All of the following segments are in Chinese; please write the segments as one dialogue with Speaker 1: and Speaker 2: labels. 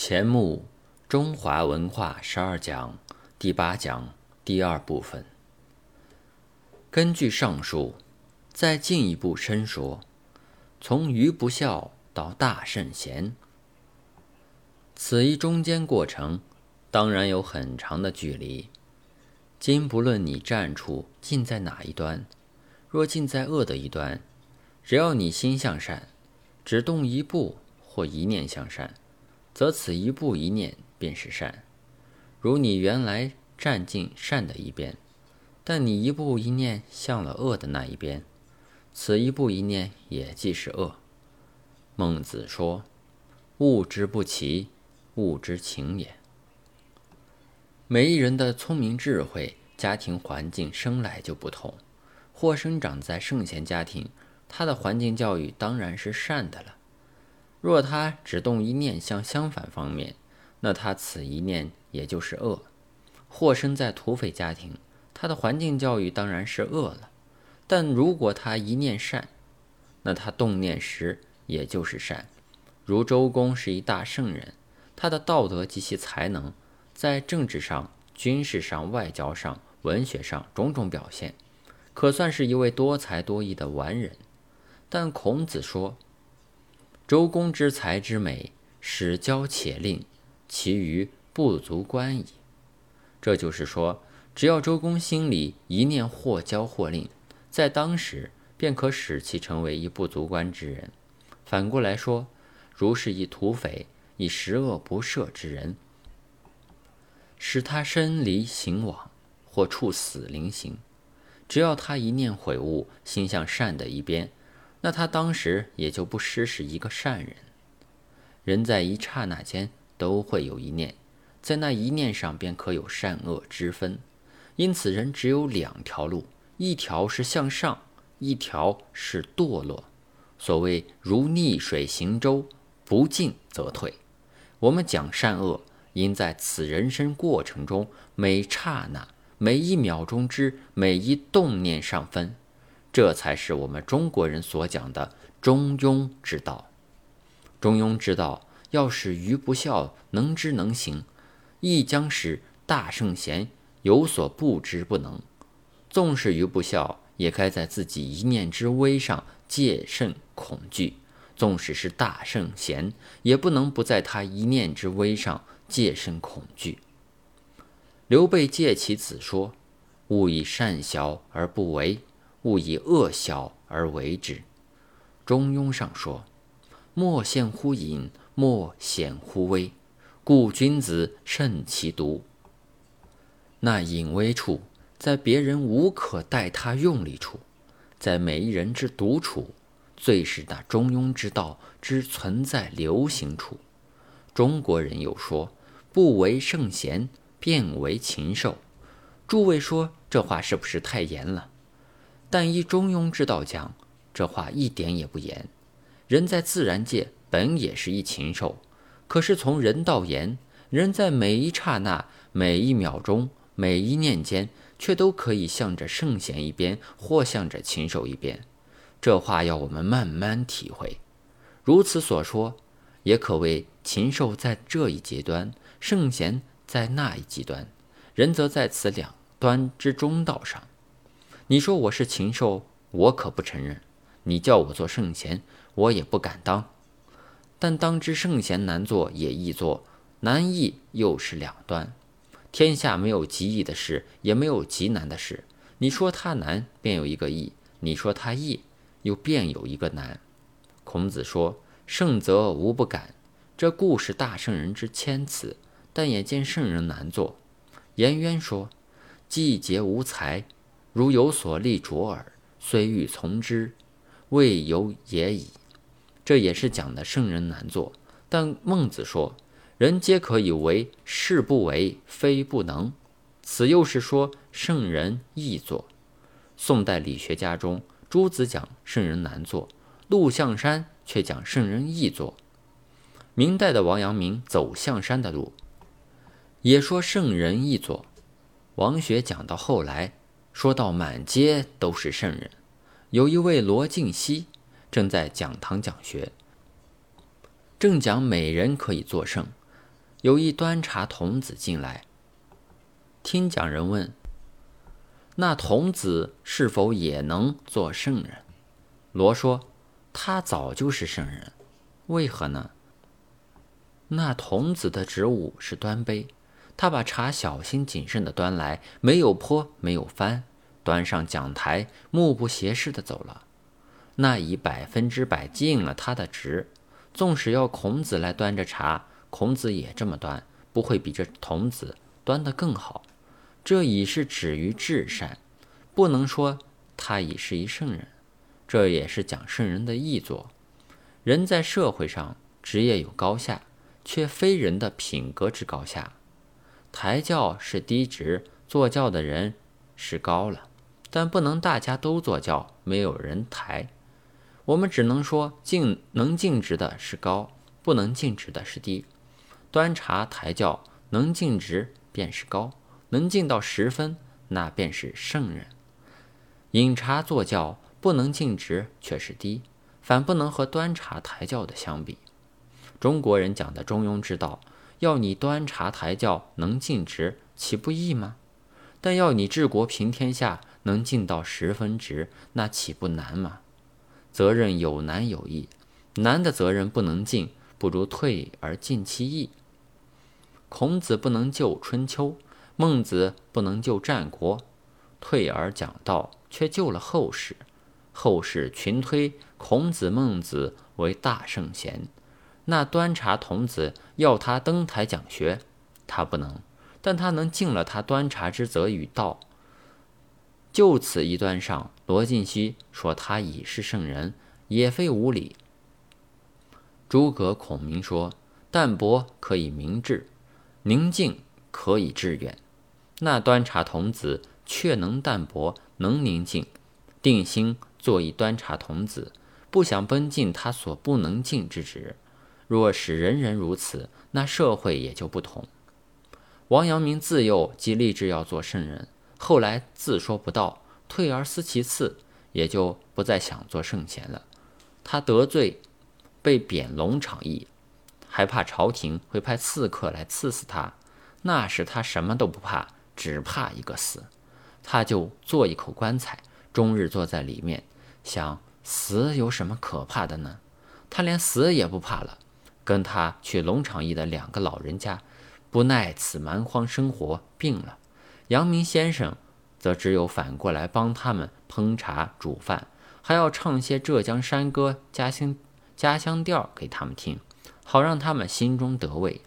Speaker 1: 前目中华文化12讲第8讲第2部分。根据上述，再进一步深说，从愚不孝到大圣贤，此一中间过程当然有很长的距离。今不论你站处近在哪一端，若近在恶的一端，只要你心向善，只动一步或一念向善，则此一步一念便是善。如你原来站进善的一边，但你一步一念向了恶的那一边，此一步一念也即是恶。孟子说：物之不齐，物之情也。每一人的聪明智慧、家庭环境生来就不同，或生长在圣贤家庭，他的环境教育当然是善的了。若他只动一念向相反方面，那他此一念也就是恶。或生在土匪家庭，他的环境教育当然是恶了。但如果他一念善，那他动念时也就是善。如周公是一大圣人，他的道德及其才能，在政治上、军事上、外交上、文学上种种表现，可算是一位多才多艺的完人。但孔子说：周公之才之美，使教且令，其余不足观矣。这就是说，只要周公心里一念或教或令，在当时便可使其成为一不足观之人。反过来说，如是一土匪，一十恶不赦之人，使他身离刑网，或处死灵刑，只要他一念悔悟，心向善的一边，那他当时也就不失是一个善人。人在一刹那间都会有一念，在那一念上便可有善恶之分。因此人只有两条路，一条是向上，一条是堕落。所谓如逆水行舟，不进则退。我们讲善恶，应在此人生过程中每刹那、每一秒钟之每一动念上分，这才是我们中国人所讲的中庸之道。中庸之道要使愚不孝能知能行，亦将使大圣贤有所不知不能。纵使愚不孝，也该在自己一念之微上戒慎恐惧；纵使是大圣贤，也不能不在他一念之微上戒慎恐惧。刘备戒其子说：勿以善小而不为，勿以恶小而为之。中庸上说：莫陷乎隐，莫显乎微，故君子慎其独。那隐微处，在别人无可待他用力处，在每一人之独处，最是那中庸之道之存在流行处。中国人有说：不为圣贤，便为禽兽。诸位说这话是不是太严了？但依中庸之道讲，这话一点也不严。人在自然界本也是一禽兽，可是从人道言，人在每一刹那、每一秒钟、每一念间，却都可以向着圣贤一边，或向着禽兽一边。这话要我们慢慢体会。如此所说，也可谓禽兽在这一极端，圣贤在那一极端，人则在此两端之中道上。你说我是禽兽，我可不承认；你叫我做圣贤，我也不敢当。但当知圣贤难做也易做，难易又是两端。天下没有极易的事，也没有极难的事。你说它难，便有一个易；你说它易，又便有一个难。孔子说：圣则无不敢，这固是大圣人之谦辞，但也见圣人难做。颜渊说：季节无才，如有所立卓尔，虽欲从之，未由也已。这也是讲的圣人难做。但孟子说：人皆可以为，是不为，非不能。此又是说圣人易做。宋代理学家中，朱子讲圣人难做，陆象山却讲圣人易做。明代的王阳明走象山的路，也说圣人易做。王学讲到后来，说到满街都是圣人。有一位罗敬熙正在讲堂讲学，正讲每人可以做圣， 有一端茶童子进来，听讲人问：那童子是否也能做圣人？罗说：他早就是圣人。为何呢？那童子的职务是端杯，他把茶小心谨慎地端来，没有泼，没有翻，端上讲台，目不斜视地走了。那已100%尽了他的职。纵使要孔子来端着茶，孔子也这么端，不会比这童子端得更好。这已是止于至善，不能说他已是一圣人。这也是讲圣人的义作。人在社会上职业有高下，却非人的品格之高下。抬轿是低职，坐轿的人是高了，但不能大家都坐轿，没有人抬。我们只能说能尽职的是高，不能尽职的是低。端茶抬轿能尽职便是高，能尽到10分，那便是圣人。饮茶坐轿不能尽职却是低，反不能和端茶抬轿的相比。中国人讲的中庸之道，要你端茶抬轿能尽职，岂不易吗？但要你治国平天下，能尽到10分职，那岂不难吗？责任有难有易，难的责任不能尽，不如退而尽其易。孔子不能救春秋，孟子不能救战国，退而讲道，却救了后世。后世群推孔子孟子为大圣贤，那端茶童子要他登台讲学，他不能，但他能尽了他端茶之责与道。就此一端上，罗晋熙说他已是圣人，也非无理。诸葛孔明说：淡泊可以明志，宁静可以致远。那端茶童子却能淡泊，能宁静，定心做一端茶童子，不想奔进他所不能尽之职。若使人人如此，那社会也就不同。王阳明自幼即立志要做圣人，后来自说不到，退而思其次，也就不再想做圣贤了。他得罪，被贬龙场驿，还怕朝廷会派刺客来刺死他，那时他什么都不怕，只怕一个死。他就做一口棺材，终日坐在里面，想死有什么可怕的呢？他连死也不怕了。跟他去龙场驿的2个老人家，不耐此蛮荒生活，病了。阳明先生则只有反过来帮他们烹茶煮饭，还要唱些浙江山歌、家乡调给他们听，好让他们心中得慰。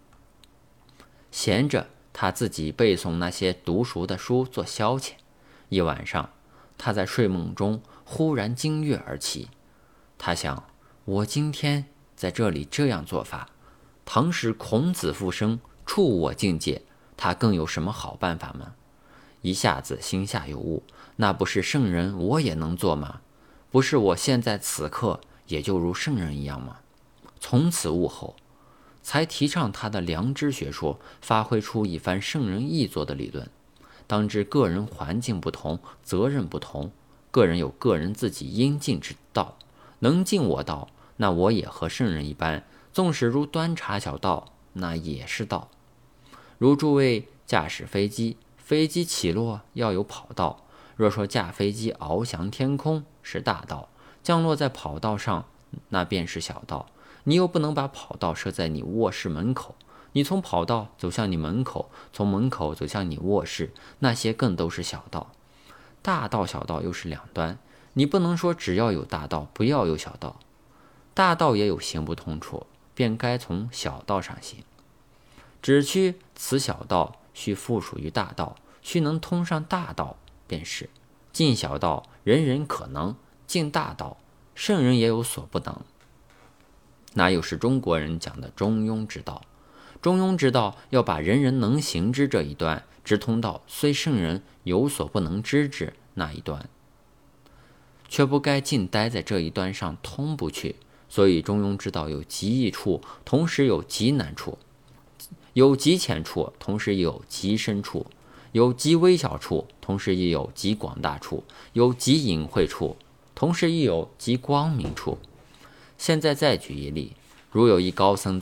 Speaker 1: 闲着，他自己背诵那些读熟的书做消遣。一晚上，他在睡梦中忽然惊跃而起。他想，我今天在这里这样做法，倘使孔子复生，触我境界，他更有什么好办法吗？一下子心下有悟，那不是圣人我也能做吗？不是我现在此刻也就如圣人一样吗？从此悟后，才提倡他的良知学说，发挥出一番圣人义作的理论。当知个人环境不同，责任不同，个人有个人自己应尽之道，能尽我道，那我也和圣人一般，纵使如端茶小道，那也是道。如诸位驾驶飞机，飞机起落要有跑道，若说驾飞机翱翔天空是大道，降落在跑道上那便是小道。你又不能把跑道设在你卧室门口，你从跑道走向你门口，从门口走向你卧室，那些更都是小道。大道小道又是两端，你不能说只要有大道，不要有小道。大道也有行不通处，便该从小道上行。只需此小道须附属于大道，须能通上大道便是。进小道人人可能，进大道圣人也有所不能。那又是中国人讲的中庸之道。中庸之道要把人人能行之这一端直通到虽圣人有所不能知之那一端，却不该尽待在这一端上通不去。所以中庸之道有极易处，同时有极难处，有极浅处，同时也有极深处，有极微小处，同时也有极广大处，有极隐晦处，同时也有极光明处。现在再举一例，如有一高僧在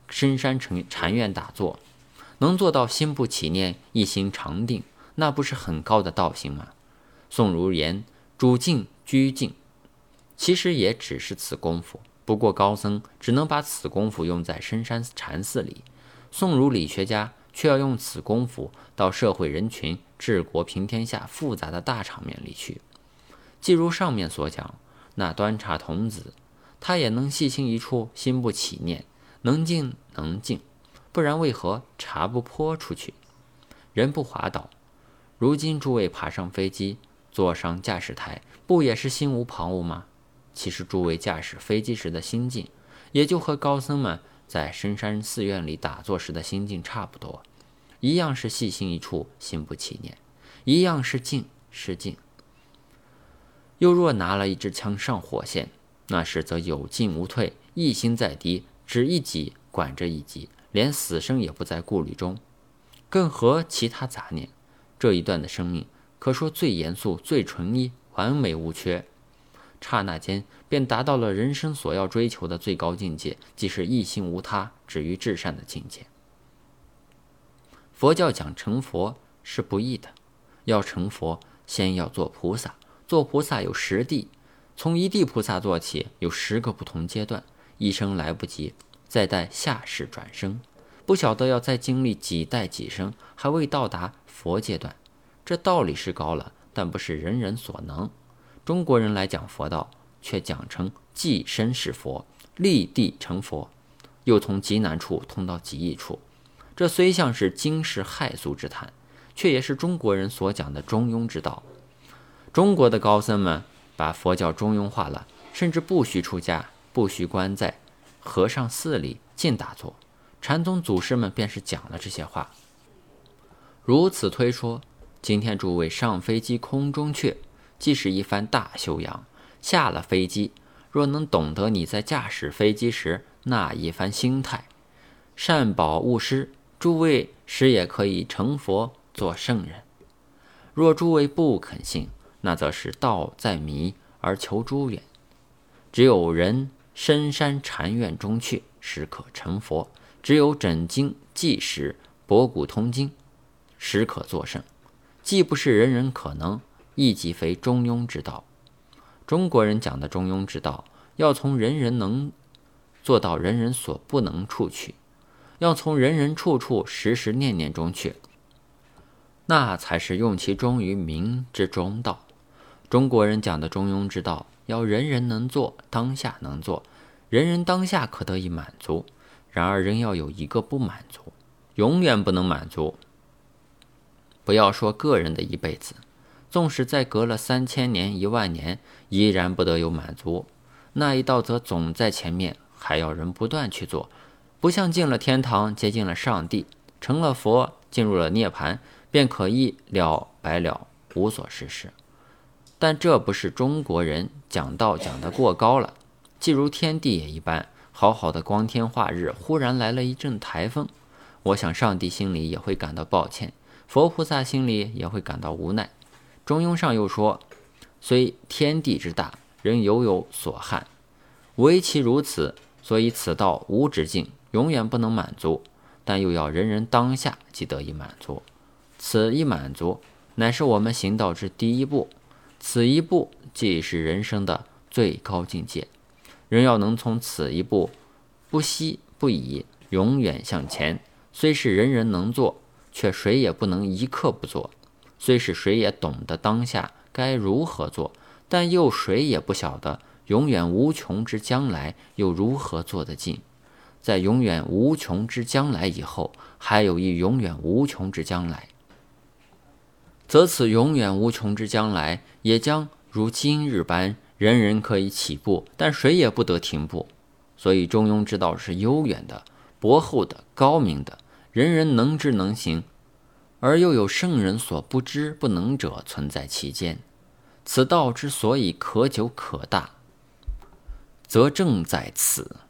Speaker 1: 深山禅院打坐，能做到心不起念，一心常定，那不是很高的道行吗？宋儒言主静居静，其实也只是此功夫，不过高僧只能把此功夫用在深山禅寺里，宋儒理学家却要用此功夫到社会人群、治国平天下复杂的大场面里去。既如上面所讲，那端茶童子，他也能细心一处，心不起念，能静能静，不然为何茶不泼出去，人不滑倒？如今诸位爬上飞机，坐上驾驶台，不也是心无旁骛吗？其实诸位驾驶飞机时的心境，也就和高僧们在深山寺院里打坐时的心境差不多，一样是细心一处，心不起念，一样是静是静。又若拿了一支枪上火线，那时则有进无退，一心在敌，只一己管着一己，连死生也不在顾虑中，更何其他杂念。这一段的生命可说最严肃、最纯一、完美无缺，刹那间便达到了人生所要追求的最高境界，即是一心无他，止于至善的境界。佛教讲成佛是不易的，要成佛，先要做菩萨。做菩萨有10地，从一地菩萨做起，有10个不同阶段，一生来不及，再待下世转生，不晓得要再经历几代几生，还未到达佛阶段。这道理是高了，但不是人人所能。中国人来讲佛道，却讲成即身是佛，立地成佛，又从极难处通到极易处。这虽像是惊世骇俗之谈，却也是中国人所讲的中庸之道。中国的高僧们把佛教中庸化了，甚至不许出家，不许关在和尚寺里禁打坐。禅宗祖师们便是讲了这些话。如此推说，今天诸位上飞机空中雀，既是一番大修养，下了飞机，若能懂得你在驾驶飞机时那一番心态，善保勿失，诸位时也可以成佛做圣人。若诸位不肯信，那则是道在迷而求诸远。只有人深山禅院中去，时可成佛；只有枕经记识，博古通今，时可作圣。既不是人人可能，亦即非中庸之道。中国人讲的中庸之道，要从人人能做到人人所不能处去，要从人人处处时时念念中去，那才是用其中于民之中道。中国人讲的中庸之道，要人人能做，当下能做，人人当下可得以满足。然而人要有一个不满足，永远不能满足。不要说个人的一辈子，纵使再隔了3000年、10000年，依然不得有满足。那一道则总在前面，还要人不断去做。不像进了天堂，接近了上帝，成了佛，进入了涅槃，便可一了百了，无所事事。但这不是中国人讲道讲得过高了。既如天地也一般，好好的光天化日，忽然来了一阵台风，我想上帝心里也会感到抱歉，佛菩萨心里也会感到无奈。中庸上又说，虽天地之大，人犹有所憾，唯其如此，所以此道无止境，永远不能满足，但又要人人当下即得以满足。此一满足，乃是我们行道之第一步，此一步即是人生的最高境界。人要能从此一步不息不已，永远向前，虽是人人能做，却谁也不能一刻不做；虽是谁也懂得当下该如何做，但又谁也不晓得永远无穷之将来又如何做得尽。在永远无穷之将来以后，还有一永远无穷之将来，则此永远无穷之将来也将如今日般，人人可以起步，但谁也不得停步。所以中庸之道是悠远的、博厚的、高明的，人人能知能行，而又有圣人所不知不能者存在其间。此道之所以可久可大，则正在此。